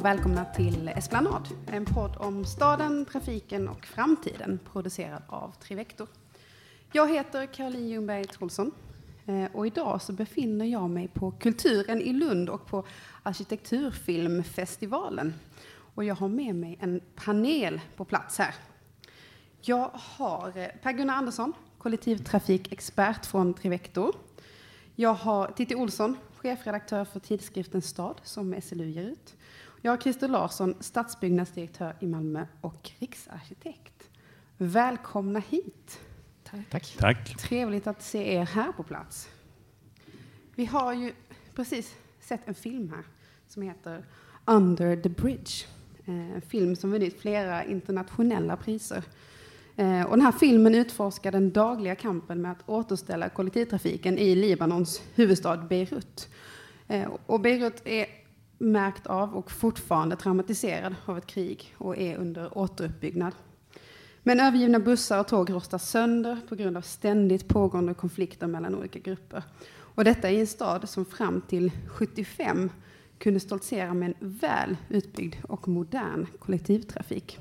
och välkomna till Esplanad, en podd om staden, trafiken och framtiden, producerad av Trivector. Jag heter Caroline Ljungberg Trollsson och idag så befinner jag mig på Kulturen i Lund och på Arkitekturfilmfestivalen. Och jag har med mig en panel på plats här. Jag har Per-Gunnar Andersson, kollektivtrafikexpert från Trivector. Jag har Titti Olsson, chefredaktör för tidskriften Stad som SLU ger ut. Jag har Christer Larsson, stadsbyggnadsdirektör i Malmö och riksarkitekt. Välkomna hit. Tack. Trevligt att se er här på plats. Vi har ju precis sett en film här som heter Under the Bridge. En film som vunnit flera internationella priser. Och den här filmen utforskar den dagliga kampen med att återställa kollektivtrafiken i Libanons huvudstad Beirut. Och Beirut är märkt av och fortfarande traumatiserad av ett krig och är under återuppbyggnad. Men övergivna bussar och tåg rostas sönder på grund av ständigt pågående konflikter mellan olika grupper. Och detta i en stad som fram till 75 kunde stoltsera med en väl utbyggd och modern kollektivtrafik.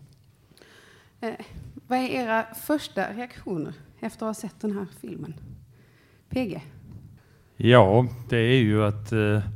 Vad är era första reaktioner efter att ha sett den här filmen? PG? Ja, det är ju att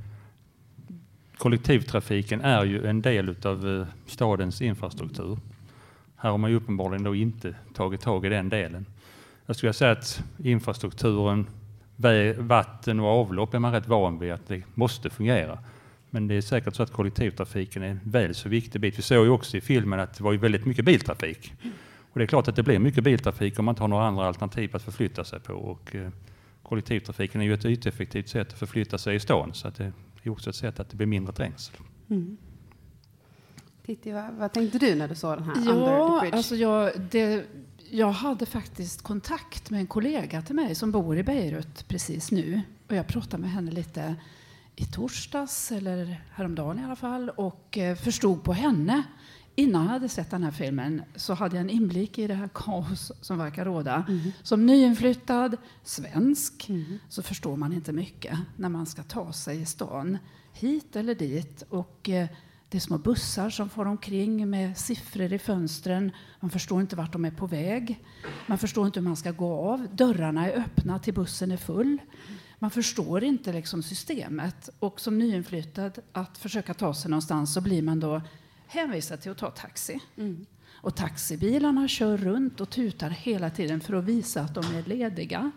kollektivtrafiken är ju en del av stadens infrastruktur. Här har man ju uppenbarligen då inte tagit tag i den delen. Jag skulle säga att infrastrukturen, vatten och avlopp är man rätt van vid att det måste fungera. Men det är säkert så att kollektivtrafiken är en väl så viktig bit. Vi såg ju också i filmen att det var ju väldigt mycket biltrafik. Och det är klart att det blir mycket biltrafik om man inte har några andra alternativ att förflytta sig på. Och kollektivtrafiken är ju ett yteffektivt sätt att förflytta sig i stan. Så att det är också ett sätt att det blir mindre trängsel. Mm. Titti, vad tänkte du när du såg den här Under the Bridge? Alltså jag hade faktiskt kontakt med en kollega till mig som bor i Beirut precis nu. Och jag pratade med henne lite i torsdags eller häromdagen i alla fall och förstod på henne. Innan jag hade sett den här filmen så hade jag en inblick i det här kaos som verkar råda. Som nyinflyttad svensk så förstår man inte mycket när man ska ta sig i stan hit eller dit. Och det är små bussar som får omkring med siffror i fönstren. Man förstår inte vart de är på väg. Man förstår inte hur man ska gå av. Dörrarna är öppna till bussen är full. Man förstår inte liksom systemet. Och som nyinflyttad att försöka ta sig någonstans så blir man då hänvisad till att ta taxi. Och taxibilarna kör runt och tutar hela tiden för att visa att de är lediga.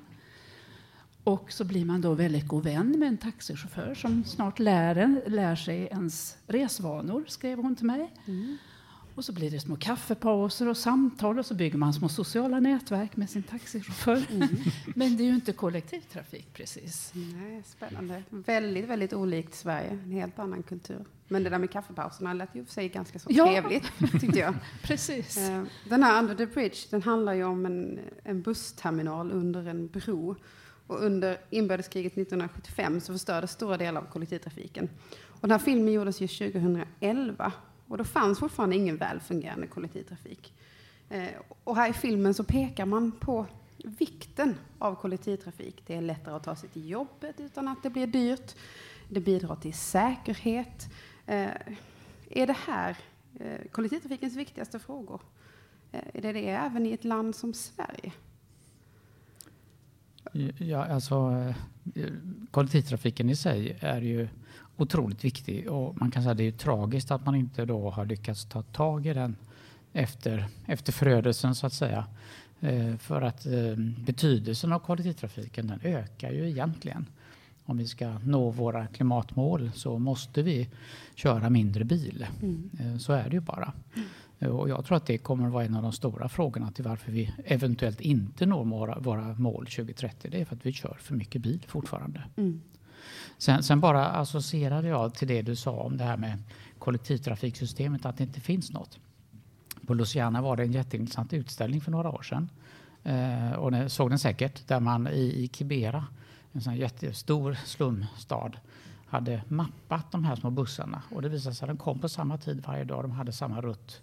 Och så blir man då väldigt god vän med en taxichaufför som snart lär sig ens resvanor, skrev hon till mig. Och så blir det små kaffepauser och samtal och så bygger man små sociala nätverk med sin taxichaufför. Men det är ju inte kollektivtrafik precis. Nej, spännande. Väldigt, väldigt olikt Sverige. En helt annan kultur. Men det där med kaffepauserna lät ju för sig ganska så trevligt, tyckte jag. Precis. Den här Under the Bridge, den handlar ju om en bussterminal under en bro. Och under inbördeskriget 1975 så förstördes stora delar av kollektivtrafiken. Och den här filmen gjordes ju 2011. Och då fanns fortfarande ingen väl fungerande kollektivtrafik. Och här i filmen så pekar man på vikten av kollektivtrafik. Det är lättare att ta sig till jobbet utan att det blir dyrt. Det bidrar till säkerhet. Är det här kollektivtrafikens viktigaste frågor? Är det även i ett land som Sverige? Ja, alltså kollektivtrafiken i sig är ju otroligt viktig och man kan säga att det är tragiskt att man inte då har lyckats ta tag i den efter förödelsen så att säga. För att betydelsen av kollektivtrafiken den ökar ju egentligen. Om vi ska nå våra klimatmål så måste vi köra mindre bil. Så är det ju bara. Och jag tror att det kommer att vara en av de stora frågorna till varför vi eventuellt inte når våra mål 2030. Det är för att vi kör för mycket bil fortfarande. Sen bara associerade jag till det du sa om det här med kollektivtrafiksystemet, att det inte finns något. På Louisiana var det en jätteintressant utställning för några år sedan. Och ni såg den säkert, där man i Kibera, en sån jättestor slumstad, hade mappat de här små bussarna. Och det visade sig att de kom på samma tid varje dag, de hade samma rutt.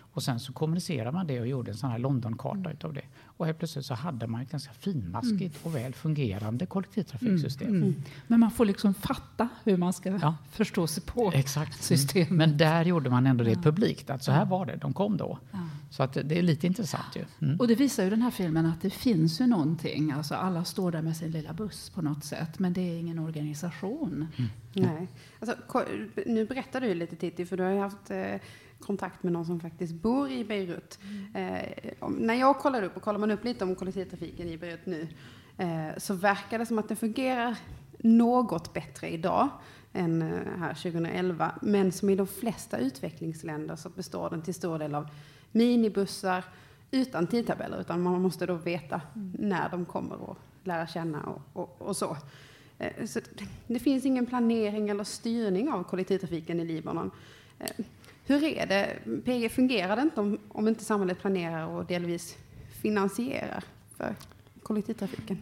Och sen så kommunicerade man det och gjorde en sån här Londonkarta utav det. Och helt plötsligt så hade man ett ganska finmaskigt och väl fungerande kollektivtrafiksystem. Men man får liksom fatta hur man ska förstå sig på systemet. Men där gjorde man ändå det publikt. Att så här var det, de kom då. Ja. Så att det är lite intressant ju. Och det visar ju den här filmen att det finns ju någonting. Alltså alla står där med sin lilla buss på något sätt. Men det är ingen organisation. Nej. Alltså, nu berättar du lite, Titti, för du har ju haft kontakt med någon som faktiskt bor i Beirut. När jag kollar man upp lite om kollektivtrafiken i Beirut nu, så verkar det som att det fungerar något bättre idag än här 2011. Men som i de flesta utvecklingsländer så består den till stor del av minibussar utan tidtabeller, utan man måste då veta när de kommer och lära känna och så. Så det finns ingen planering eller styrning av kollektivtrafiken i Libanon. Hur är det? PG, fungerar det inte om inte samhället planerar och delvis finansierar för kollektivtrafiken?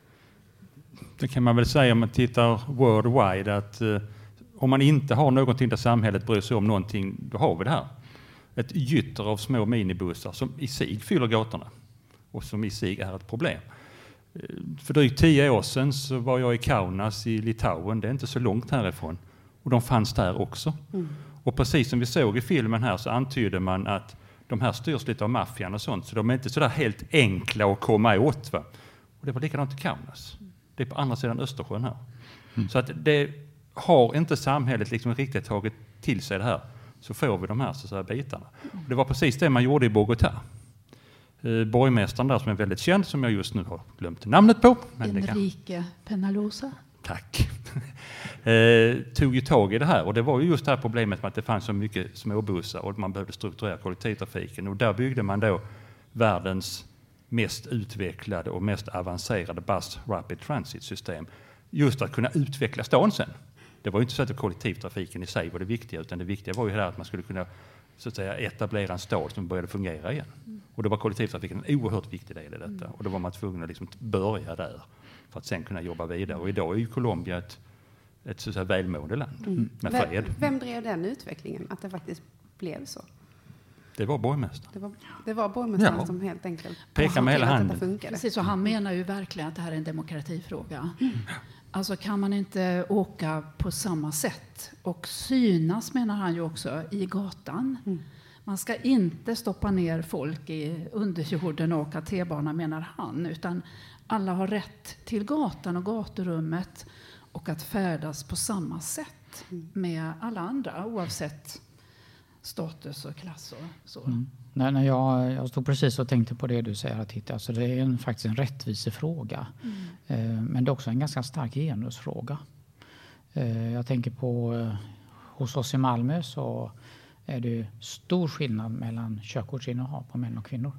Det kan man väl säga om man tittar worldwide, att om man inte har någonting där samhället bryr sig om någonting, då har vi det här. Ett gytter av små minibussar som i sig fyller gatorna och som i sig är ett problem. För drygt 10 år sedan så var jag i Kaunas i Litauen, det är inte så långt härifrån, och de fanns där också. Och precis som vi såg i filmen här så antydde man att de här styrs lite av maffian och sånt, så de är inte så där helt enkla att komma åt. Va? Och det var likadant i Kaunas. Det är på andra sidan Östersjön här. Så att det har inte samhället liksom riktigt tagit till sig det här, så får vi de här, så här bitarna. Och det var precis det man gjorde i Bogotá. Borgmästaren där, som är väldigt känd, som jag just nu har glömt namnet på. Men Enrique Peñalosa. Tack. Tog ju tag i det här, och det var ju just det här problemet med att det fanns så mycket småbussar och man behövde strukturera kollektivtrafiken, och där byggde man då världens mest utvecklade och mest avancerade Bus Rapid Transit system, just att kunna utveckla stan sen. Det var ju inte så att kollektivtrafiken i sig var det viktiga, utan det viktiga var ju det att man skulle kunna, så att säga, etablera en stad som började fungera igen. Och då var kollektivtrafiken en oerhört viktig del i detta, och då var man tvungen att liksom börja där för att sen kunna jobba vidare. Och idag är ju Colombia ett så att säga välmående land med fred. Vem drev den utvecklingen, att det faktiskt blev så? Det var borgmästaren. Det var borgmästaren som helt enkelt pekade med hela handen. Precis, och han menar ju verkligen att det här är en demokratifråga. Alltså kan man inte åka på samma sätt och synas, menar han ju också, i gatan. Man ska inte stoppa ner folk i underjorden och åka T-bana, menar han, utan alla har rätt till gatan och gaturummet och att färdas på samma sätt med alla andra, oavsett status och klass och så. När jag stod precis och tänkte på det du säger, att hitta, alltså det är faktiskt en rättvisefråga. Men det är också en ganska stark genusfråga. Jag tänker på hos oss i Malmö så är det stor skillnad mellan körkortsinnehav på män och kvinnor.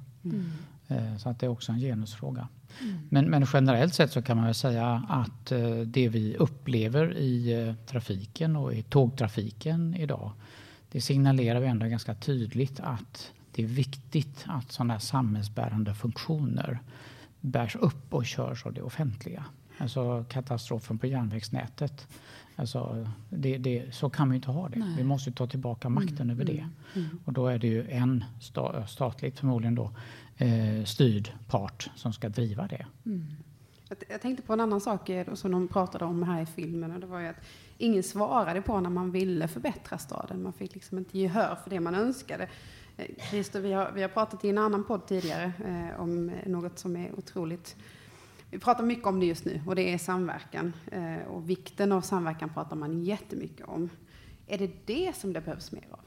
Så att det är också en genusfråga. Men generellt sett så kan man väl säga att det vi upplever i trafiken och i tågtrafiken idag, det signalerar vi ändå ganska tydligt att det är viktigt att sådana här samhällsbärande funktioner bärs upp och körs av det offentliga. Alltså katastrofen på järnvägsnätet. Alltså så kan vi inte ha det. Nej. Vi måste ta tillbaka makten över det. Och då är det ju en statligt förmodligen då styrd part som ska driva det. Jag tänkte på en annan sak som de pratade om här i filmen, och det var ju att ingen svarade på när man ville förbättra staden. Man fick liksom inte gehör för det man önskade. Christer, vi har pratat i en annan podd tidigare om något som är otroligt. Vi pratar mycket om det just nu, och det är samverkan. Och vikten av samverkan pratar man jättemycket om. Är det som det behövs mer av?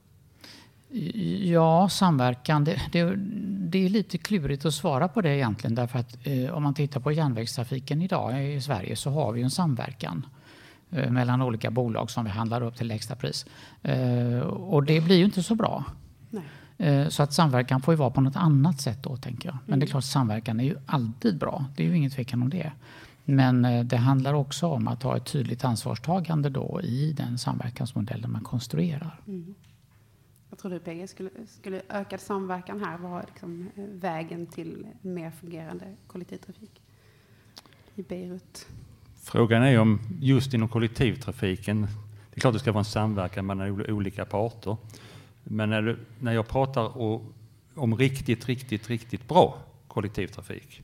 Ja, samverkan. Det är lite klurigt att svara på det egentligen. Därför att om man tittar på järnvägstrafiken idag i Sverige så har vi en samverkan mellan olika bolag som vi handlar upp till lägsta pris. Och det blir ju inte så bra. Nej. Så att samverkan får ju vara på något annat sätt då, tänker jag. Men det är klart, samverkan är ju alltid bra. Det är ju ingen tvekan om det. Men det handlar också om att ha ett tydligt ansvarstagande då i den samverkansmodellen man konstruerar. Jag tror du, PG, skulle ökad samverkan här vara liksom vägen till mer fungerande kollektivtrafik i Beirut? Frågan är om just inom kollektivtrafiken, det är klart det ska vara en samverkan mellan olika parter. Men när jag pratar om riktigt bra kollektivtrafik,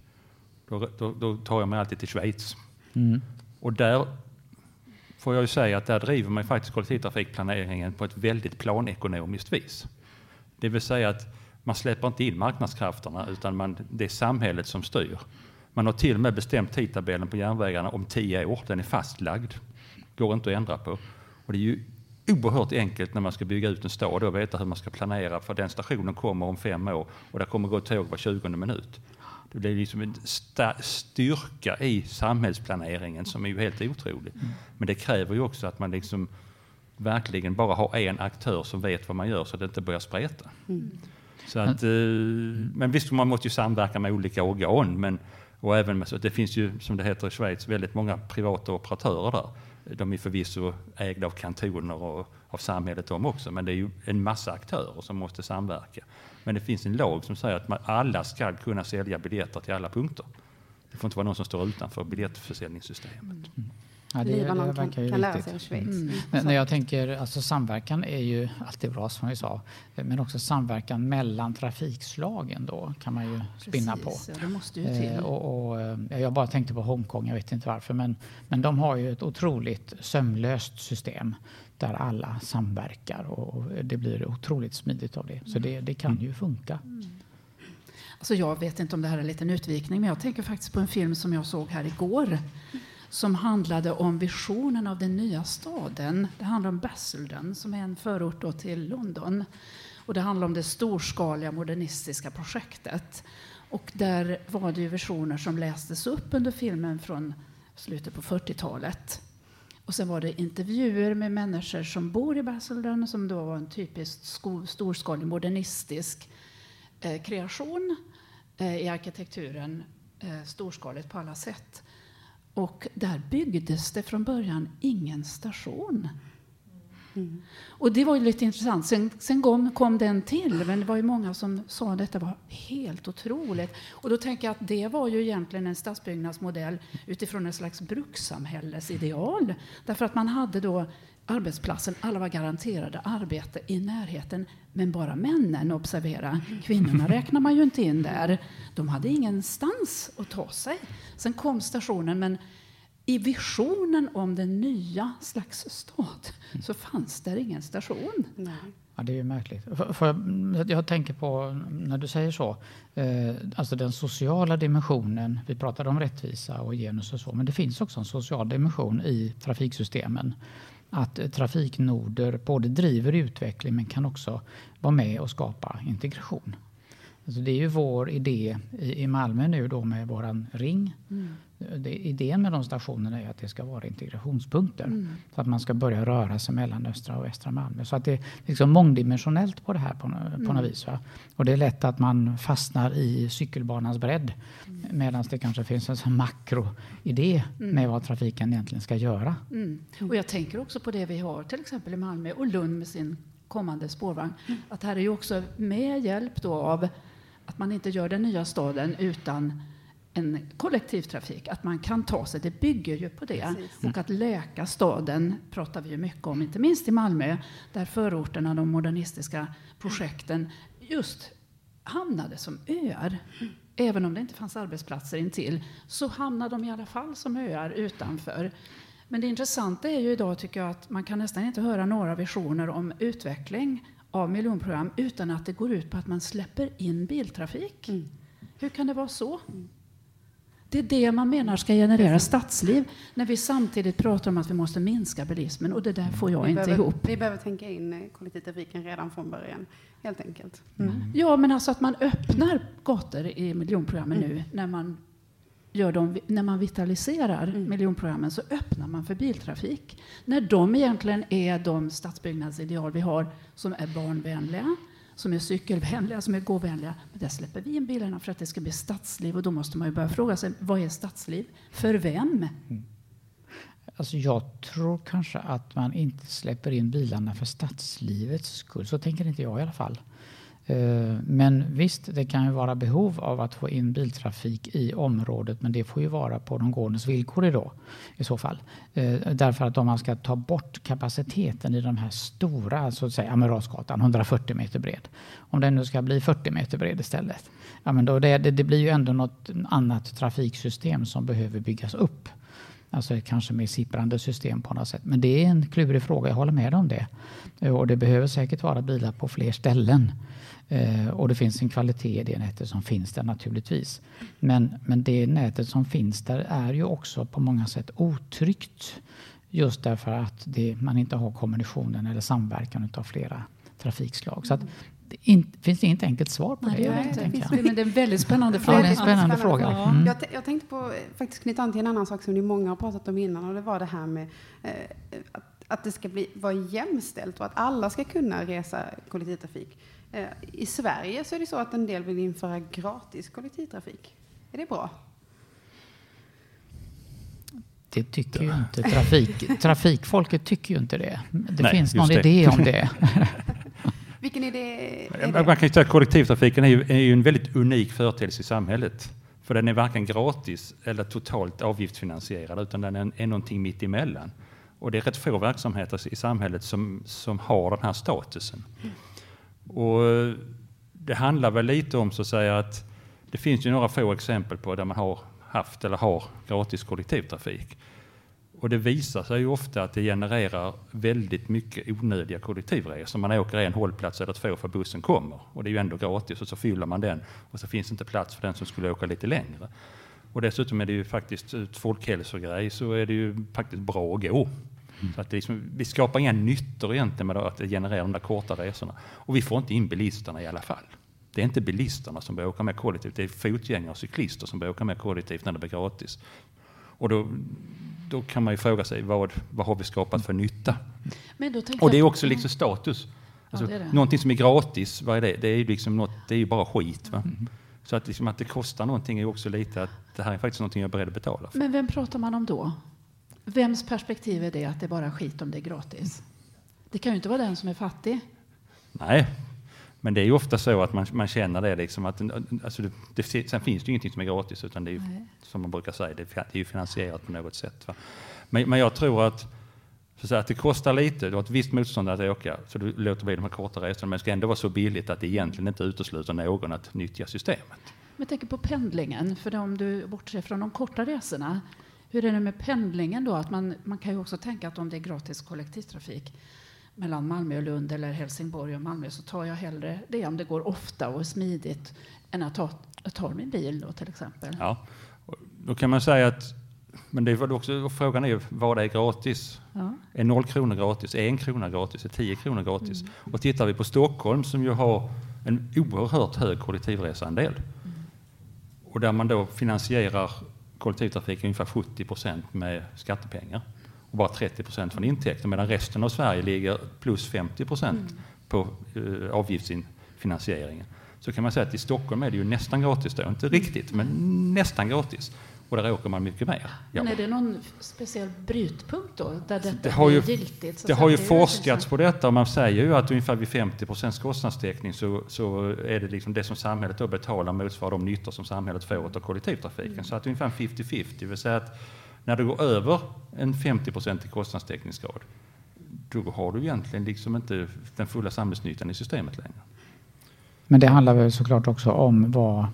då tar jag mig alltid till Schweiz. Och där får jag ju säga att där driver man faktiskt kollektivtrafikplaneringen på ett väldigt planekonomiskt vis. Det vill säga att man släpper inte in marknadskrafterna, utan det är samhället som styr. Man har till och med bestämt tidtabellen på järnvägarna om 10 år. Den är fastlagd. Går inte att ändra på. Och det är ju oerhört enkelt när man ska bygga ut en stad och veta hur man ska planera, för den stationen kommer om 5 år och där kommer gå tåg var 20:e minut. Det blir liksom en styrka i samhällsplaneringen som är ju helt otrolig. Men det kräver ju också att man liksom verkligen bara har en aktör som vet vad man gör så att det inte börjar spreta. Så att, men visst, man måste ju samverka med olika organ, och även med, så det finns ju, som det heter i Schweiz, väldigt många privata operatörer där. De är förvisso ägda av kantoner och av samhället de också, men det är ju en massa aktörer som måste samverka. Men det finns en lag som säger att alla ska kunna sälja biljetter till alla punkter. Det får inte vara någon som står utanför biljettförsäljningssystemet. Ja, Libanon kan lära sig av Schweiz. När jag tänker, alltså samverkan är ju alltid bra som vi sa, men också samverkan mellan trafikslagen då kan man ju spinna på. Ja, det måste ju till. Jag bara tänkte på Hongkong, jag vet inte varför, men de har ju ett otroligt sömlöst system där alla samverkar och det blir otroligt smidigt av det. Så det kan ju funka. Alltså jag vet inte om det här är en liten utvikning, men jag tänker faktiskt på en film som jag såg här igår som handlade om visionen av den nya staden. Det handlar om Basildon som är en förort då till London. Och det handlar om det storskaliga modernistiska projektet. Och där var det ju visioner som lästes upp under filmen från slutet på 40-talet. Och sen var det intervjuer med människor som bor i Basildon som då var en typiskt storskalig modernistisk kreation i arkitekturen, storskaligt på alla sätt. Och där byggdes det från början ingen station. Och det var ju lite intressant. Sen kom den till, men det var ju många som sa att detta var helt otroligt. Och då tänker jag att det var ju egentligen en stadsbyggnadsmodell utifrån en slags brukssamhällesideal. Därför att man hade då arbetsplatsen, alla var garanterade arbete i närheten, men bara männen, observera. Kvinnorna räknar man ju inte in där. De hade ingenstans att ta sig. Sen kom stationen, men i visionen om den nya slags stad så fanns där ingen station. Nej. Ja, det är ju märkligt. Jag tänker på, när du säger så, alltså den sociala dimensionen, vi pratade om rättvisa och genus och så, men det finns också en social dimension i trafiksystemen. Att trafiknoder både driver utveckling men kan också vara med och skapa integration. Alltså det är ju vår idé i Malmö nu då med våran ring. Idén med de stationerna är att det ska vara integrationspunkter. Så att man ska börja röra sig mellan östra och västra Malmö. Så att det är liksom mångdimensionellt på det här på något vis. Va? Och det är lätt att man fastnar i cykelbanans bredd. Medan det kanske finns en sån makroidé med vad trafiken egentligen ska göra. Och jag tänker också på det vi har till exempel i Malmö och Lund med sin kommande spårvagn. Att här är ju också med hjälp då av att man inte gör den nya staden utan en kollektivtrafik. Att man kan ta sig, det bygger ju på det. Precis. Och att läka staden pratar vi ju mycket om, inte minst i Malmö. Där förorterna, de modernistiska projekten just hamnade som öar. Även om det inte fanns arbetsplatser intill så hamnade de i alla fall som öar utanför. Men det intressanta är ju idag tycker jag att man kan nästan inte höra några visioner om utveckling av miljonprogram utan att det går ut på att man släpper in biltrafik. Hur kan det vara så? Det är det man menar ska generera stadsliv när vi samtidigt pratar om att vi måste minska bilismen och det där får jag inte ihop. Vi behöver tänka in kollektivtrafiken redan från början, helt enkelt. Ja, men alltså att man öppnar gator i miljonprogrammen nu när man när man vitaliserar miljonprogrammen så öppnar man för biltrafik. När de egentligen är de stadsbyggnadsideal vi har som är barnvänliga, som är cykelvänliga, som är gåvänliga. Men där släpper vi in bilarna för att det ska bli stadsliv och då måste man ju börja fråga sig, vad är stadsliv? För vem? Alltså jag tror kanske att man inte släpper in bilarna för stadslivets skull. Så tänker inte jag i alla fall. Men visst, det kan ju vara behov av att få in biltrafik i området, men det får ju vara på de gåendes villkor i så fall. Därför att om man ska ta bort kapaciteten i de här stora, alltså säga Amiralsgatan 140 meter bred, om den nu ska bli 40 meter bred istället, ja, men då det blir ju ändå något annat trafiksystem som behöver byggas upp. Alltså kanske med sipprande system på något sätt. Men det är en klurig fråga, jag håller med om det. Och det behöver säkert vara bilar på fler ställen. Och det finns en kvalitet i det nätet som finns där naturligtvis. Men det nätet som finns där är ju också på många sätt otryggt. Just därför att man inte har kombinationen eller samverkan av flera trafikslag. Så att finns det inte enkelt svar på det. Men det är en väldigt spännande fråga. Ja, det är en spännande fråga. Mm. Jag tänkte på faktiskt knyta an till en annan sak som ni många har pratat om innan, och det var det här med att det ska vara jämställt och att alla ska kunna resa kollektivtrafik. I Sverige så är det så att en del vill införa gratis kollektivtrafik. Är det bra? Det tycker ju inte trafikfolket tycker ju inte det. Det finns någon det. Idé om det. Vilken idé är det? Man kan ju säga att kollektivtrafiken är ju en väldigt unik företeelse i samhället. För den är varken gratis eller totalt avgiftsfinansierad, utan den är någonting mitt emellan. Och det är rätt få verksamheter i samhället som har den här statusen. Och det handlar väl lite om så att säga att det finns ju några få exempel på där man har haft eller har gratis kollektivtrafik. Och det visar sig ju ofta att det genererar väldigt mycket onödiga kollektivresor. Man åker en hållplats eller två för bussen kommer. Och det är ju ändå gratis, och så fyller man den. Och så finns inte plats för den som skulle åka lite längre. Och dessutom är det ju faktiskt ett folkhälsogrej, så är det ju faktiskt bra att gå. Så att vi skapar inga nyttor egentligen med att generera de där korta resorna. Och vi får inte in bilisterna i alla fall. Det är inte bilisterna som börjar åka med kollektivt. Det är fotgängare och cyklister som börjar åka med kollektivt när det blir gratis. Och då kan man ju fråga sig vad har vi skapat för nytta? Men då och det är också liksom status. Alltså, det är det. Någonting som är gratis, vad är det? Det är ju liksom det är ju bara skit. Va? Så att, liksom, att det kostar någonting är också lite att det här är faktiskt någonting jag är beredd att betala för. Men vem pratar man om då? Vems perspektiv är det att det är bara skit om det är gratis? Det kan ju inte vara den som är fattig. Nej, men det är ju ofta så att man känner det liksom att alltså sen finns det ju ingenting som är gratis, utan det är ju, som man brukar säga, det är ju finansierat på något sätt. Va? Men jag tror att det kostar lite, du har ett visst motstånd att åka, så du låter bli de här korta resorna, men det ska ändå vara så billigt att det egentligen inte utesluter någon att nyttja systemet. Men jag tänker på pendlingen, för om du bortser från de korta resorna, hur är det med pendlingen då? Att man kan ju också tänka att om det är gratis kollektivtrafik mellan Malmö och Lund eller Helsingborg och Malmö, så tar jag hellre det om det går ofta och smidigt än att ta min bil då, till exempel. Ja, då kan man säga att, men det är också, frågan är vad är gratis? Ja. Är 0 kronor gratis? Är 1 krona gratis? Är 10 kronor gratis? Och tittar vi på Stockholm som ju har en oerhört hög kollektivreseandel och där man då finansierar kollektivtrafiken ungefär 70% med skattepengar och bara 30% från intäkter, medan resten av Sverige ligger plus 50% på avgiftsfinansieringen. Så kan man säga att i Stockholm är det ju nästan gratis då, inte riktigt, men nästan gratis. Och där åker man mycket mer. Ja. Men är det någon speciell brytpunkt då? Där det har ju forskats på detta, och man säger ju att ungefär vid 50% kostnadstäckning så är det liksom det som samhället då betalar motsvarar de nyttor som samhället får av kollektivtrafiken. Så att ungefär 50-50, det vill säga att när det går över en 50% i kostnadstäckningsgrad, då har du egentligen liksom inte den fulla samhällsnyttan i systemet längre. Men det handlar väl såklart också om vad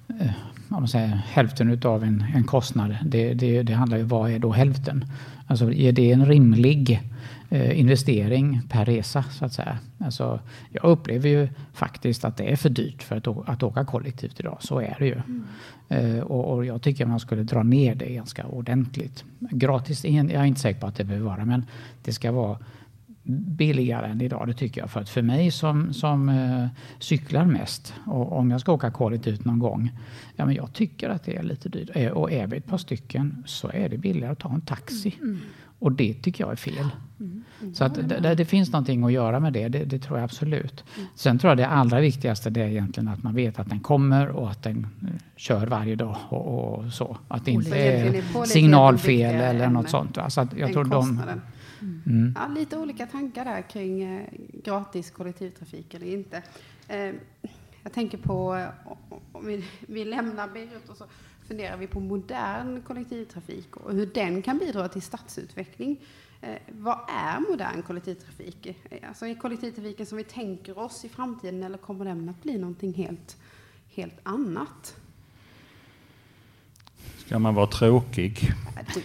hälften utav en kostnad. Det handlar ju vad är då hälften? Alltså är det en rimlig investering per resa så att säga? Alltså, jag upplever ju faktiskt att det är för dyrt för att åka kollektivt idag. Så är det ju. Och jag tycker man skulle dra ner det ganska ordentligt. Gratis, jag är inte säker på att det behöver vara, men det ska vara billigare än idag, det tycker jag. För att för mig som cyklar mest, och om jag ska åka kollektivt någon gång, ja, men jag tycker att det är lite dyrt. Och är vi ett par stycken så är det billigare att ta en taxi. Och det tycker jag är fel. Så att det finns någonting att göra med det tror jag absolut. Sen tror jag det allra viktigaste det är egentligen att man vet att den kommer och att den kör varje dag och så. Att det inte är signalfel eller något sånt. Så att jag tror Ja, lite olika tankar där kring gratis kollektivtrafik eller inte. Jag tänker på, om vi lämnar Beirut och så funderar vi på modern kollektivtrafik och hur den kan bidra till stadsutveckling. Vad är modern kollektivtrafik? Alltså är kollektivtrafiken som vi tänker oss i framtiden, eller kommer den att bli någonting helt annat? Ska man vara tråkig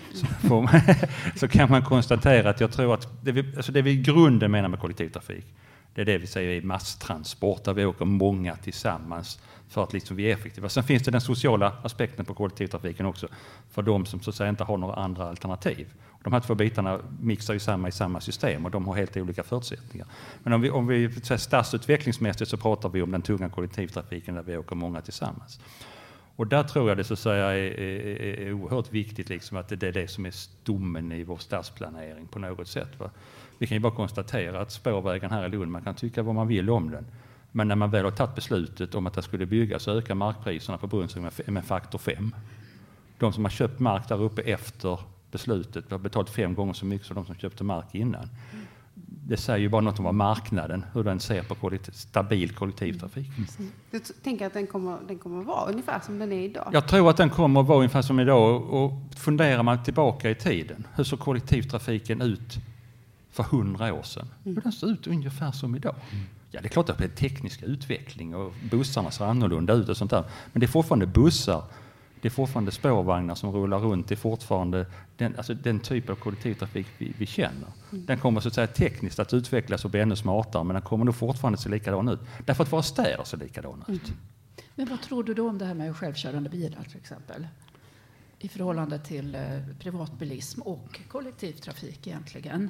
så kan man konstatera att jag tror att det vi i grunden menar med kollektivtrafik, det är det vi säger i masstransport, där vi åker många tillsammans för att liksom vi är effektiva. Sen finns det den sociala aspekten på kollektivtrafiken också, för de som så att säga inte har några andra alternativ. De här två bitarna mixar ju samma i samma system och de har helt olika förutsättningar. Men om vi säger stadsutvecklingsmässigt så pratar vi om den tunga kollektivtrafiken där vi åker många tillsammans. Och där tror jag det så att säga är oerhört viktigt liksom att det är det som är stommen i vår stadsplanering på något sätt. Va? Vi kan ju bara konstatera att spårvägen här i Lund, man kan tycka vad man vill om den. Men när man väl har tagit beslutet om att det skulle byggas så ökar markpriserna på Brunnsvik med faktor 5. De som har köpt mark där uppe efter beslutet har betalat 5 gånger så mycket som de som köpte mark innan. Det säger ju bara något om vad marknaden, hur den ser på stabil kollektivtrafik. Du tänker att den kommer vara ungefär som den är idag? Jag tror att den kommer att vara ungefär som idag, och funderar man tillbaka i tiden, hur såg kollektivtrafiken ut för 100 år sedan? Den ser ut ungefär som idag. Ja, det är klart att det är teknisk utveckling och bussarna ser annorlunda ut och sånt där. Men det är fortfarande bussar, det är fortfarande spårvagnar som rullar runt, det är fortfarande den typ av kollektivtrafik vi känner. Den kommer så att säga tekniskt att utvecklas och bli ännu smartare, men den kommer nog fortfarande se likadan ut. Därför att våra städer ser likadana ut. Men vad tror du då om det här med självkörande bilar till exempel? I förhållande till privatbilism och kollektivtrafik egentligen.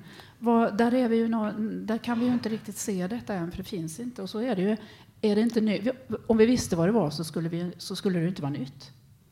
Där kan vi ju inte riktigt se detta än, för det finns inte. Och så är det ju. Är det inte om vi visste vad det var så skulle det inte vara nytt.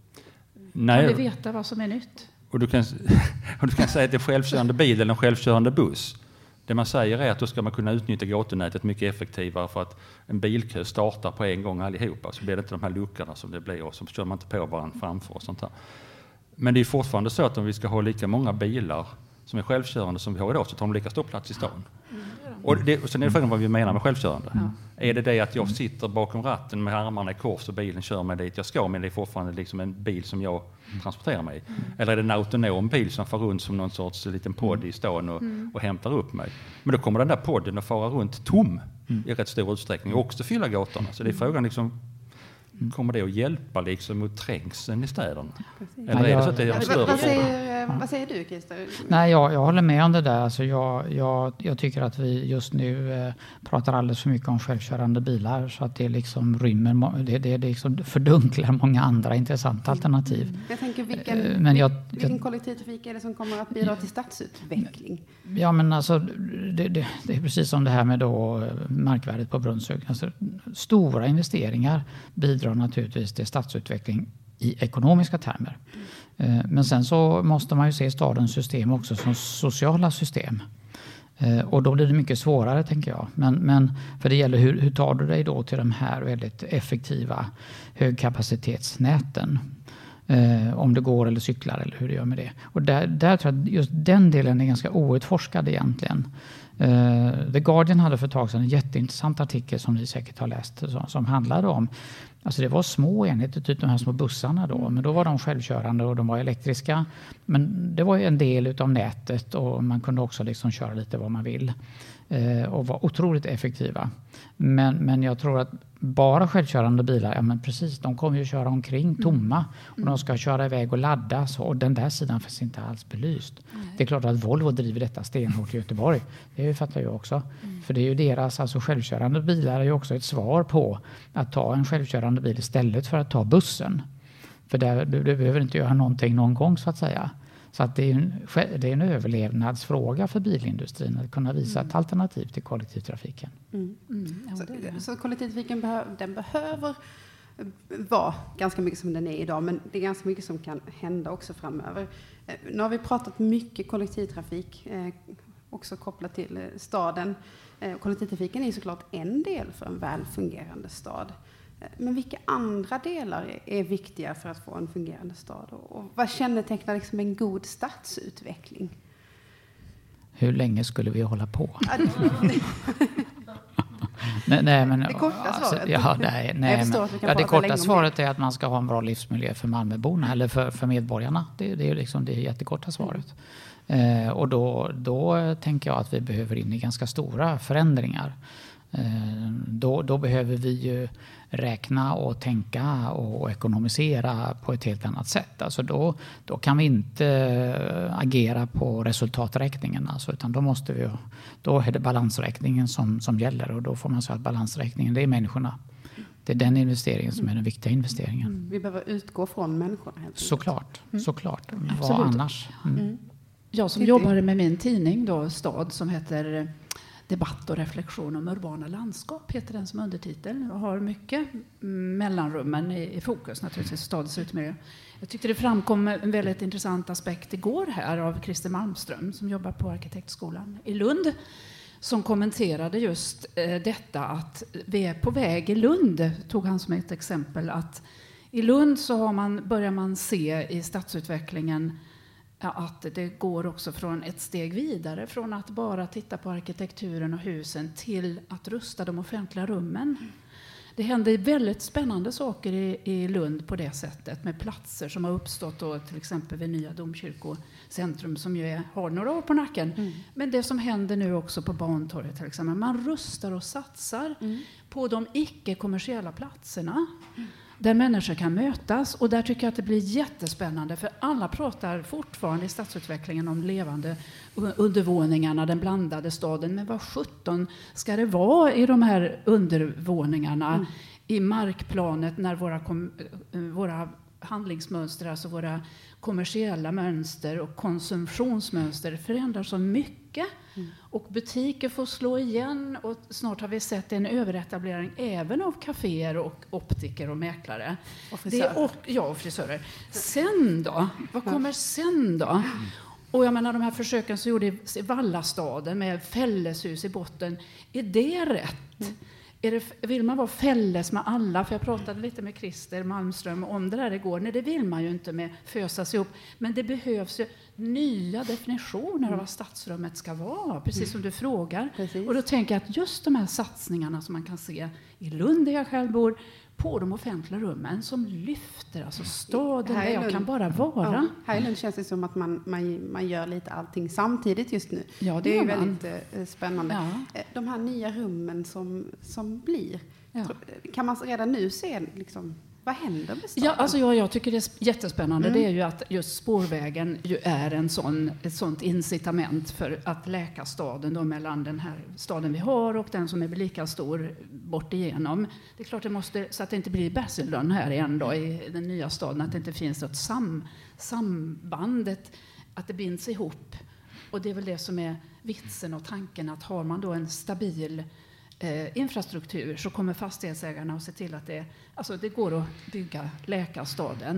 Nej. Kan vi veta vad som är nytt? Och du kan säga att det är självkörande bil eller en självkörande buss. Det man säger är att då ska man kunna utnyttja gatunätet mycket effektivare, för att en bilkö startar på en gång allihopa. Så blir det inte de här luckorna som det blir, och så kör man inte på varandra framför och sånt här. Men det är fortfarande så att om vi ska ha lika många bilar som är självkörande som vi har idag, så tar de lika stor plats i stan. Och sen är det frågan vad vi menar med självkörande. Ja. Är det att jag sitter bakom ratten med armarna i kors och bilen kör mig dit jag ska, men det är fortfarande liksom en bil som jag transporterar mig i? Eller är det en autonom bil som far runt som någon sorts liten podd i stan och hämtar upp mig? Men då kommer den där podden att fara runt tom i rätt stor utsträckning och också fylla gatorna. Så det är frågan liksom, kommer det att hjälpa liksom mot trängseln i städerna? Eller är det så att det är en större vad säger du, Christer? Nej, jag håller med om det där. Alltså jag tycker att vi just nu pratar alldeles för mycket om självkörande bilar, så att det liksom rymmer, det liksom fördunklar många andra intressanta alternativ. Jag tänker vilken kollektivtrafik är det som kommer att bidra till stadsutveckling? Ja, men alltså det är precis som det här med då markvärdet på Brunnsvik. Alltså, stora investeringar bidrar naturligtvis till stadsutveckling i ekonomiska termer. Men sen så måste man ju se stadens system också som sociala system. Och då blir det mycket svårare, tänker jag. Men för det gäller hur tar du dig då till de här väldigt effektiva högkapacitetsnäten? Om det går eller cyklar eller hur det gör med det. Och där tror jag att just den delen är ganska outforskad egentligen. The Guardian hade för ett tag sedan en jätteintressant artikel som ni säkert har läst, som handlade om, alltså det var små enheter, typ de här små bussarna då, men då var de självkörande och de var elektriska, men det var ju en del utav nätet och man kunde också liksom köra lite vad man vill och var otroligt effektiva. Men jag tror att bara självkörande bilar, ja men precis, de kommer ju köra omkring tomma och de ska köra iväg och laddas, och den där sidan finns inte alls belyst. Det är klart att Volvo driver detta stenhårt i Göteborg, det fattar jag också. För det är ju deras, alltså självkörande bilar är ju också ett svar på att ta en självkörande bil istället för att ta bussen. För där, du behöver inte göra någonting någon gång så att säga. Så att det är en överlevnadsfråga för bilindustrin att kunna visa ett alternativ till kollektivtrafiken. Så kollektivtrafiken behöver vara ganska mycket som den är idag, men det är ganska mycket som kan hända också framöver. Nu har vi pratat mycket kollektivtrafik, också kopplat till staden. Kollektivtrafiken är såklart en del för en väl fungerande stad. Men vilka andra delar är viktiga för att få en fungerande stad? Och vad kännetecknar liksom en god stadsutveckling? Hur länge skulle vi hålla på? Nej, men, det korta svaret. Det korta svaret är att man ska ha en bra livsmiljö för Malmöborna eller för medborgarna. Det är liksom det jättekorta svaret. Och då tänker jag att vi behöver in i ganska stora förändringar. Då behöver vi ju räkna och tänka och ekonomisera på ett helt annat sätt. Alltså då kan vi inte agera på resultaträkningen. Alltså, utan då är det balansräkningen som gäller. Och då får man säga att balansräkningen, det är människorna. Det är den investeringen som är den viktiga investeringen. Vi behöver utgå från människorna. Såklart. Absolut. Vad annars? Jag som jobbar med min tidning då, Stad, som heter Debatt och reflektion om urbana landskap, heter den som undertitel, och har mycket mellanrummen i fokus, naturligtvis stadens utmiljö. Jag tyckte det framkom en väldigt intressant aspekt igår här av Christer Malmström som jobbar på Arkitektskolan i Lund, som kommenterade just detta att vi är på väg i Lund, tog han som ett exempel, att i Lund så börjar man se i stadsutvecklingen att det går också från ett steg vidare från att bara titta på arkitekturen och husen till att rusta de offentliga rummen. Det händer väldigt spännande saker i Lund på det sättet, med platser som har uppstått då, till exempel vid Nya Domkyrkocentrum som ju har några år på nacken. Men det som händer nu också på Bantorget till exempel, man rustar och satsar på de icke-kommersiella platserna. Där människor kan mötas, och där tycker jag att det blir jättespännande, för alla pratar fortfarande i stadsutvecklingen om levande undervåningarna, den blandade staden, men vad 17 ska det vara i de här undervåningarna i markplanet när våra handlingsmönster, alltså våra kommersiella mönster och konsumtionsmönster förändras så mycket. Och butiker får slå igen, och snart har vi sett en överetablering även av kaféer och optiker och mäklare. Och frisörer. Och frisörer. Sen då? Vad kommer sen då? Och jag menar, de här försöken som gjorde i Vallastaden med fälleshus i botten, är det rätt? Vill man vara fälles med alla? För jag pratade lite med Christer Malmström om det där igår. Nej, det vill man ju inte med fösas ihop. Men det behövs ju nya definitioner av vad stadsrummet ska vara. Precis som du frågar. Precis. Och då tänker jag att just de här satsningarna som man kan se i Lund där jag själv bor, på de offentliga rummen som lyfter alltså staden där jag kan bara vara. Ja, här i Lund känns det som att man gör lite allting samtidigt just nu. Ja, det är ju väldigt spännande. Ja. De här nya rummen som blir, kan man redan nu se liksom, vad händer med staden? Ja, alltså jag tycker det är jättespännande. Det är ju att just spårvägen ju är ett sånt incitament för att läka staden då, mellan den här staden vi har och den som är lika stor bort igenom. Det är klart det måste, så att det inte blir Basildon här igen då, i den nya staden, att det inte finns ett sambandet, att det binds ihop. Och det är väl det som är vitsen och tanken, att har man då en stabil infrastruktur så kommer fastighetsägarna att se till att det går att bygga läkarstaden.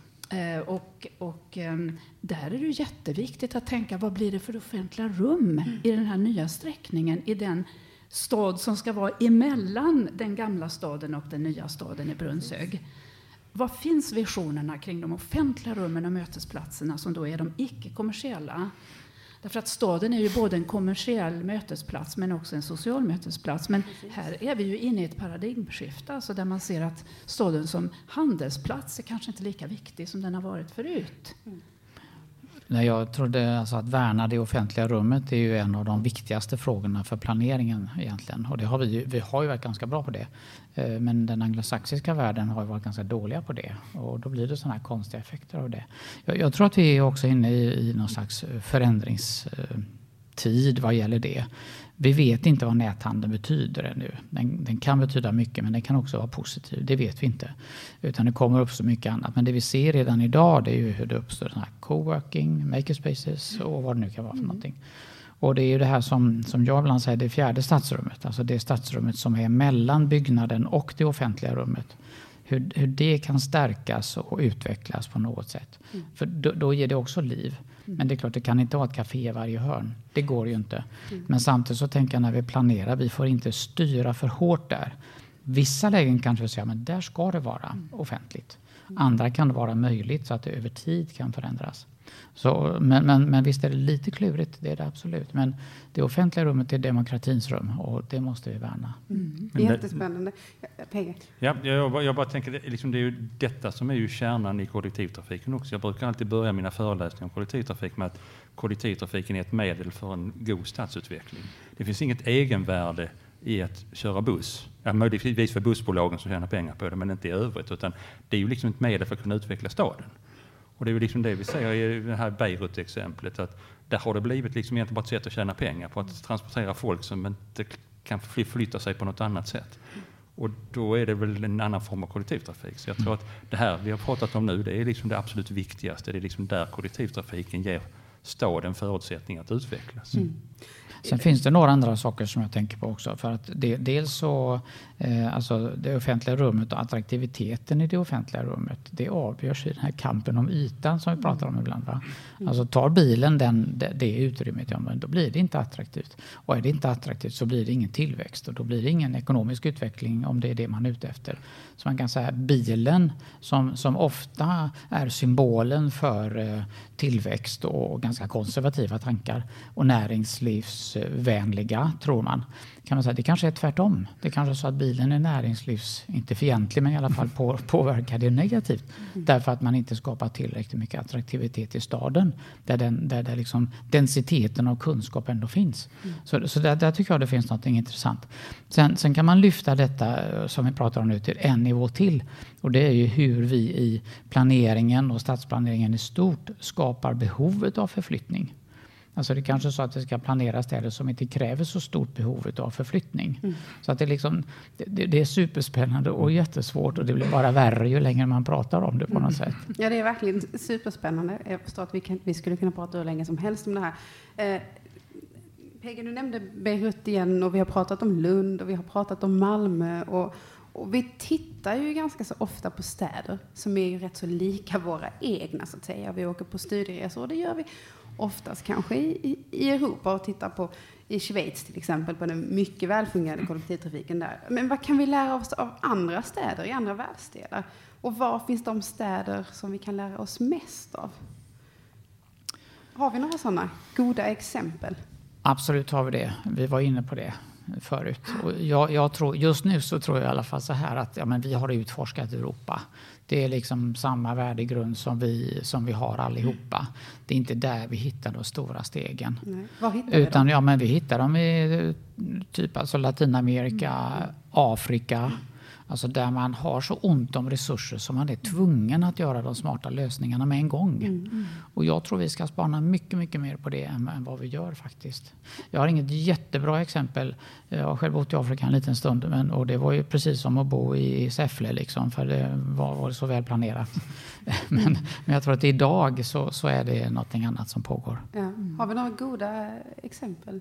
Där är det jätteviktigt att tänka, vad blir det för offentliga rum i den här nya sträckningen, i den stad som ska vara emellan den gamla staden och den nya staden i Brunnshög. Vad finns visionerna kring de offentliga rummen och mötesplatserna som då är de icke-kommersiella? Därför att staden är ju både en kommersiell mötesplats men också en social mötesplats. Men här är vi ju inne i ett paradigmskifte, alltså där man ser att staden som handelsplats är kanske inte lika viktig som den har varit förut. Nej, jag trodde alltså att värna det offentliga rummet är ju en av de viktigaste frågorna för planeringen egentligen. Och det har vi har ju varit ganska bra på det. Men den anglosaxiska världen har ju varit ganska dåliga på det. Och då blir det sådana här konstiga effekter av det. Jag tror att vi är också inne i någon slags förändringstid vad gäller det. Vi vet inte vad näthandeln betyder ännu. Den kan betyda mycket, men den kan också vara positiv. Det vet vi inte. Utan det kommer uppstå mycket annat. Men det vi ser redan idag, det är ju hur det uppstår sådana här coworking, makerspaces och vad det nu kan vara för någonting. Och det är ju det här som jag ibland säger, det fjärde stadsrummet. Alltså det stadsrummet som är mellan byggnaden och det offentliga rummet. Hur det kan stärkas och utvecklas på något sätt. För då ger det också liv. Men det är klart, det kan inte vara ett café i varje hörn. Det går ju inte. Men samtidigt så tänker jag, när vi planerar, vi får inte styra för hårt där. Vissa lägen kanske vi säger, men där ska det vara offentligt. Andra kan vara möjligt så att det över tid kan förändras. Så, men visst är det lite klurigt, det är det absolut. Men det offentliga rummet är demokratins rum och det måste vi värna. Jättespännande. Pegge? Ja, jag bara tänker, det är ju detta som är ju kärnan i kollektivtrafiken också. Jag brukar alltid börja mina föreläsningar om kollektivtrafik med att kollektivtrafiken är ett medel för en god stadsutveckling. Det finns inget egenvärde i att köra buss. Ja, möjligtvis för bussbolagen som tjänar pengar på det, men inte i övrigt. Utan det är ju liksom ett medel för att kunna utveckla staden. Och det är ju liksom det vi säger i det här Beirut-exemplet, att där har det blivit liksom egentligen bara ett sätt att tjäna pengar på att transportera folk som inte kan flytta sig på något annat sätt. Och då är det väl en annan form av kollektivtrafik. Så jag tror att det här vi har pratat om nu, det är liksom det absolut viktigaste. Det är liksom där kollektivtrafiken ger staden förutsättningar att utvecklas. Sen finns det några andra saker som jag tänker på också. För att dels så, alltså det offentliga rummet och attraktiviteten i det offentliga rummet, det avgörs i den här kampen om ytan som vi pratar om ibland. Va? Alltså tar bilen det utrymmet, ja, men då blir det inte attraktivt. Och är det inte attraktivt så blir det ingen tillväxt och då blir det ingen ekonomisk utveckling om det är det man är ute efter. Så man kan säga bilen som ofta är symbolen för tillväxt och ganska konservativa tankar och näringslivsvänliga, tror man. Kan man säga, det kanske är tvärtom. Det kanske är så att bilen är inte fientlig, men i alla fall påverkar det negativt. Därför att man inte skapar tillräckligt mycket attraktivitet i staden där liksom densiteten av kunskap ändå finns. Så där tycker jag det finns något intressant. Sen kan man lyfta detta som vi pratar om nu till en nivå till. Och det är ju hur vi i planeringen och stadsplaneringen i stort skapar behovet av förflyttning. Alltså det är kanske så att det ska planeras städer som inte kräver så stort behov av förflyttning. Så att det är superspännande och jättesvårt och det blir bara värre ju längre man pratar om det på något sätt. Ja, det är verkligen superspännande. Jag förstår att vi skulle kunna prata hur länge som helst om det här. Pegge, du nämnde Beirut igen och vi har pratat om Lund och vi har pratat om Malmö och vi tittar ju ganska så ofta på städer som är ju rätt så lika våra egna, så att säga. Vi åker på studieresor och det gör vi oftast kanske i Europa och tittar på i Schweiz till exempel på den mycket välfungerande kollektivtrafiken där. Men vad kan vi lära oss av andra städer i andra världsdelar? Och var finns de städer som vi kan lära oss mest av? Har vi några sådana goda exempel? Absolut har vi det. Vi var inne på det förut. Och jag tror, just nu så tror jag i alla fall så här att vi har utforskat Europa. Det är liksom samma värdegrund som vi har allihopa. Det är inte där vi hittar de stora stegen. Nej. Var hittar vi dem? Utan vi hittar dem i typ alltså Latinamerika, Afrika. Alltså där man har så ont om resurser som man är tvungen att göra de smarta lösningarna med en gång. Och jag tror vi ska spana mycket, mycket mer på det än vad vi gör faktiskt. Jag har inget jättebra exempel. Jag har själv bott i Afrika en liten stund. Och det var ju precis som att bo i Säffle liksom, för det var så väl planerat. men jag tror att idag så är det någonting annat som pågår. Ja. Har vi några goda exempel?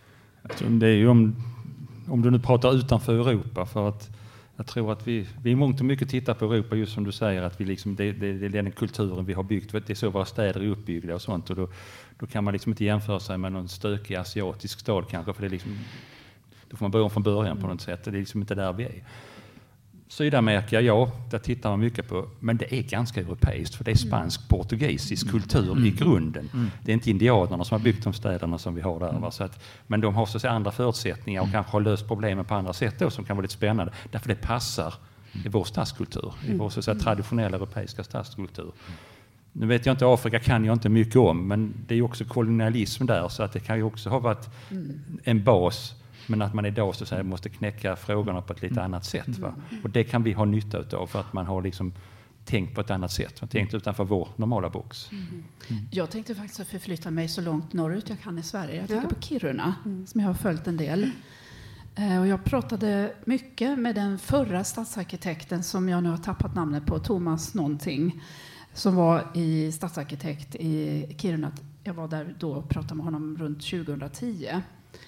Det är ju om du nu pratar utanför Europa, för att jag tror att vi i mångt och mycket tittar på Europa just som du säger, att vi liksom, det är den kulturen vi har byggt, det är så våra städer är uppbyggda och sånt, och då kan man liksom inte jämföra sig med någon stökig asiatisk stad kanske, för det är liksom, då får man börja om från början på något sätt, det är liksom inte där vi är. Sydamerika, ja, där tittar man mycket på, men det är ganska europeiskt, för det är spansk-portugisisk kultur i grunden. Det är inte indianerna som har byggt de städerna som vi har där. Så att, men de har så att säga andra förutsättningar och kanske har löst problemen på andra sätt då, som kan vara lite spännande. Därför det passar i vår stadskultur, i vår så att säga traditionella europeiska stadskultur. Nu vet jag inte, Afrika kan jag inte mycket om, men det är ju också kolonialism där, så att det kan ju också ha varit en bas. Men att man idag så att säga måste knäcka frågorna på ett lite annat sätt. Va? Och det kan vi ha nytta av för att man har liksom tänkt på ett annat sätt. Man tänkt utanför vår normala box. Jag tänkte faktiskt förflytta mig så långt norrut jag kan i Sverige. Jag tänker på Kiruna som jag har följt en del. Och jag pratade mycket med den förra stadsarkitekten som jag nu har tappat namnet på, Thomas någonting, som var i stadsarkitekt i Kiruna. Jag var där då och pratade med honom runt 2010.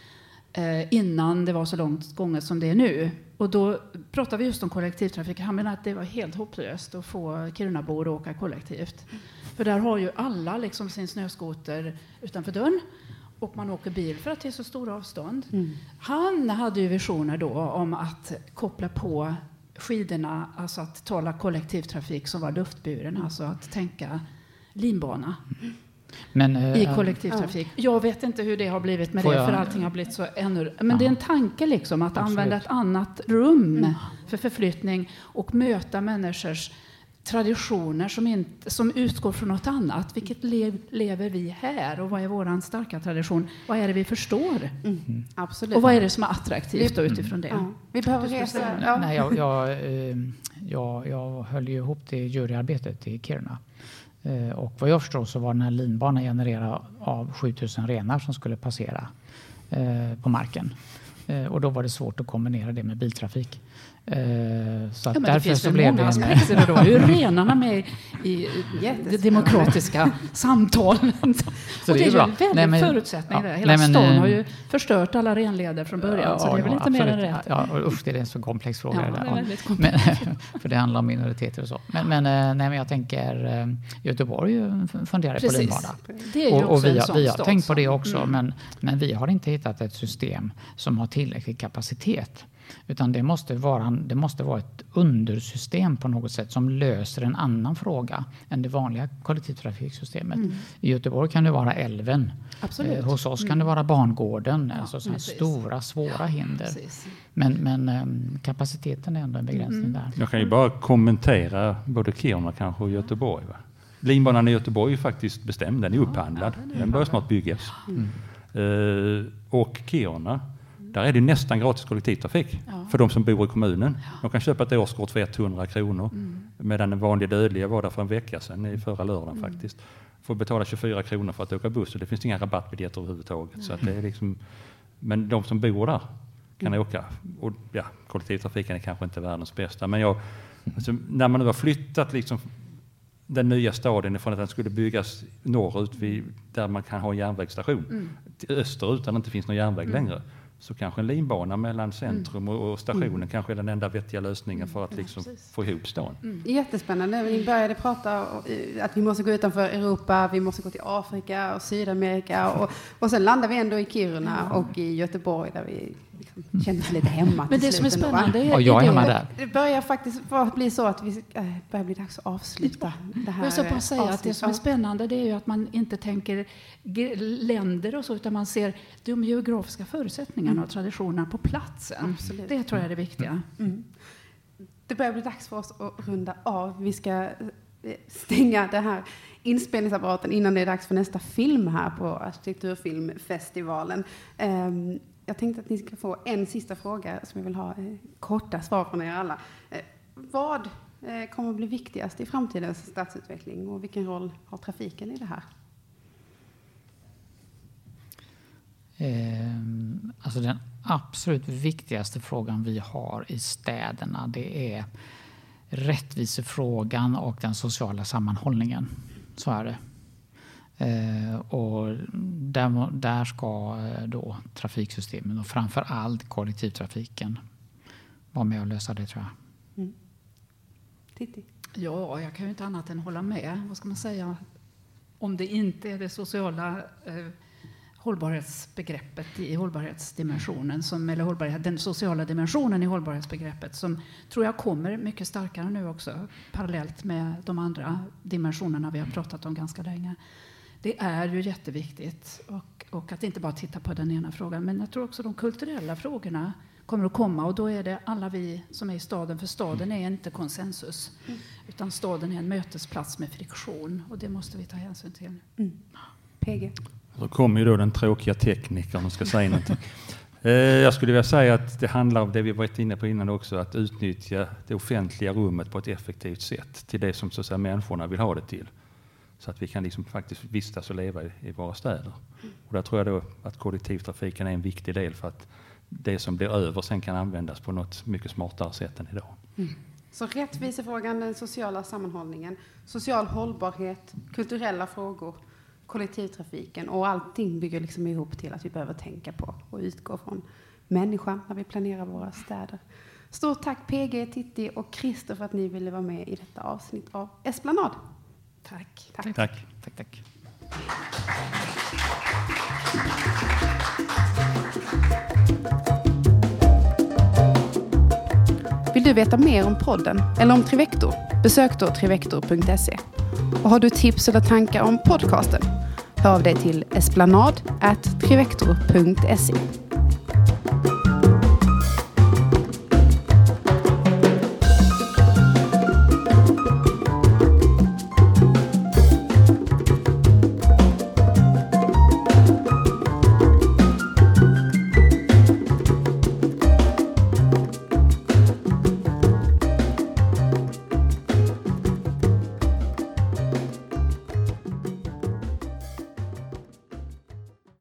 Innan det var så långt gånget som det är nu. Och då pratade vi just om kollektivtrafik. Han menade att det var helt hopplöst att få Kirunabor att åka kollektivt. För där har ju alla liksom sin snöskoter utanför dörren. Och man åker bil för att det är så stora avstånd. Han hade ju visioner då om att koppla på skidorna, alltså att tala kollektivtrafik som var luftburen, alltså att tänka linbana i kollektivtrafik. Jag vet inte hur det har blivit med det, för allting har blivit så ännu... Men det är en tanke liksom, att använda ett annat rum för förflyttning och möta människors traditioner som utgår från något annat. Vilket lever vi här, och vad är våran starka tradition? Vad är det vi förstår? Absolut. Och vad är det som är attraktivt då utifrån det? Ja. Vi behöver resa. Nej, jag höll ju ihop det juryarbetet i Kiruna. Och vad jag förstår så var den här linbanan genererad av 7000 renar som skulle passera på marken. Och då var det svårt att kombinera det med biltrafik. Så att därför så blev det aspekter då. Hur renarna med i det demokratiska samtalen. Så det är bra. Ju väldigt förutsättning där. Hela stan har ju förstört alla renleder från början. Så det är väl inte mer än rätt. Ja, usch, det är en så komplex fråga. Ja, det är väldigt komplex. För det handlar om minoriteter och så. Men jag tänker Göteborg funderar på linbana. Och vi har tänkt på det också. Men vi har inte hittat ett system som har tillräcklig kapacitet. Utan det måste vara ett undersystem på något sätt som löser en annan fråga än det vanliga kollektivtrafiksystemet. I Göteborg kan det vara älven. Hos oss kan det vara bangården. Alltså sådana stora, svåra hinder. Men kapaciteten är ändå en begränsning där. Jag kan ju bara kommentera både Kiruna kanske och Göteborg. Va? Linbanan i Göteborg är faktiskt bestämd. Den är upphandlad. Den börjar snart byggas. Och Kiruna, där är det nästan gratis kollektivtrafik för de som bor i kommunen. De kan köpa ett årskort för 100 kronor. Medan den vanliga dödliga var där för en vecka sedan, i förra lördagen faktiskt. Får betala 24 kronor för att åka buss, och det finns inga rabattbiljetter överhuvudtaget. Så att det är liksom, men de som bor där kan åka. Och kollektivtrafiken är kanske inte världens bästa. Men när man nu har flyttat liksom den nya staden ifrån att den skulle byggas norrut där man kan ha en järnvägsstation till österut där det inte finns någon järnväg längre. Så kanske en linbana mellan centrum och stationen kanske är den enda vettiga lösningen för att liksom få ihop stan. Jättespännande. Vi började prata om att vi måste gå utanför Europa, vi måste gå till Afrika och Sydamerika och sen landar vi ändå i Kiruna och i Göteborg där vi liksom känner oss lite hemma. Men det som är spännande är jag är hemma där. Det börjar faktiskt bli så att vi börjar bli dags att avsluta det här. Jag ska bara säga att det som är spännande, det är ju att man inte tänker länder och så, utan man ser de geografiska förutsättningarna och traditionerna på platsen. Absolut. Det tror jag är det viktiga. Det börjar bli dags för oss att runda av. Vi ska stänga det här inspelningsapparaten innan det är dags för nästa film här på Arkitekturfilmfestivalen. Jag tänkte att ni ska få en sista fråga som jag vill ha korta svar från er alla. Vad kommer att bli viktigast i framtidens stadsutveckling, och vilken roll har trafiken i det här? Alltså den absolut viktigaste frågan vi har i städerna, det är rättvisefrågan och den sociala sammanhållningen. Så är det. Och där ska då trafiksystemen och framför allt kollektivtrafiken vara med och lösa det, tror jag. Titti. Ja, jag kan ju inte annat än hålla med. Vad ska man säga? Om det inte är det sociala hållbarhetsbegreppet i hållbarhetsdimensionen, eller den sociala dimensionen i hållbarhetsbegreppet, som tror jag kommer mycket starkare nu också, parallellt med de andra dimensionerna vi har pratat om ganska länge. Det är ju jätteviktigt, och att inte bara titta på den ena frågan, men jag tror också de kulturella frågorna kommer att komma, och då är det alla vi som är i staden, för staden är inte konsensus, utan staden är en mötesplats med friktion, och det måste vi ta hänsyn till. PG. Då kommer ju då den tråkiga teknikern och ska säga någonting. Jag skulle vilja säga att det handlar om det vi varit inne på innan också, att utnyttja det offentliga rummet på ett effektivt sätt till det som så att säga människorna vill ha det till. Så att vi kan liksom faktiskt vistas och leva i våra städer. Och där tror jag då att kollektivtrafiken är en viktig del, för att det som blir över sen kan användas på något mycket smartare sätt än idag. Så rättvisefrågan, den sociala sammanhållningen, social hållbarhet, kulturella frågor, kollektivtrafiken, och allting bygger liksom ihop till att vi behöver tänka på och utgå från människan när vi planerar våra städer. Stort tack PG, Titti och Christer för att ni ville vara med i detta avsnitt av Esplanad. Tack. Tack. Vill du veta mer om podden eller om Trivector? Besök då trivector.se. Och har du tips eller tankar om podcasten? Hör av dig till esplanad@trivector.se.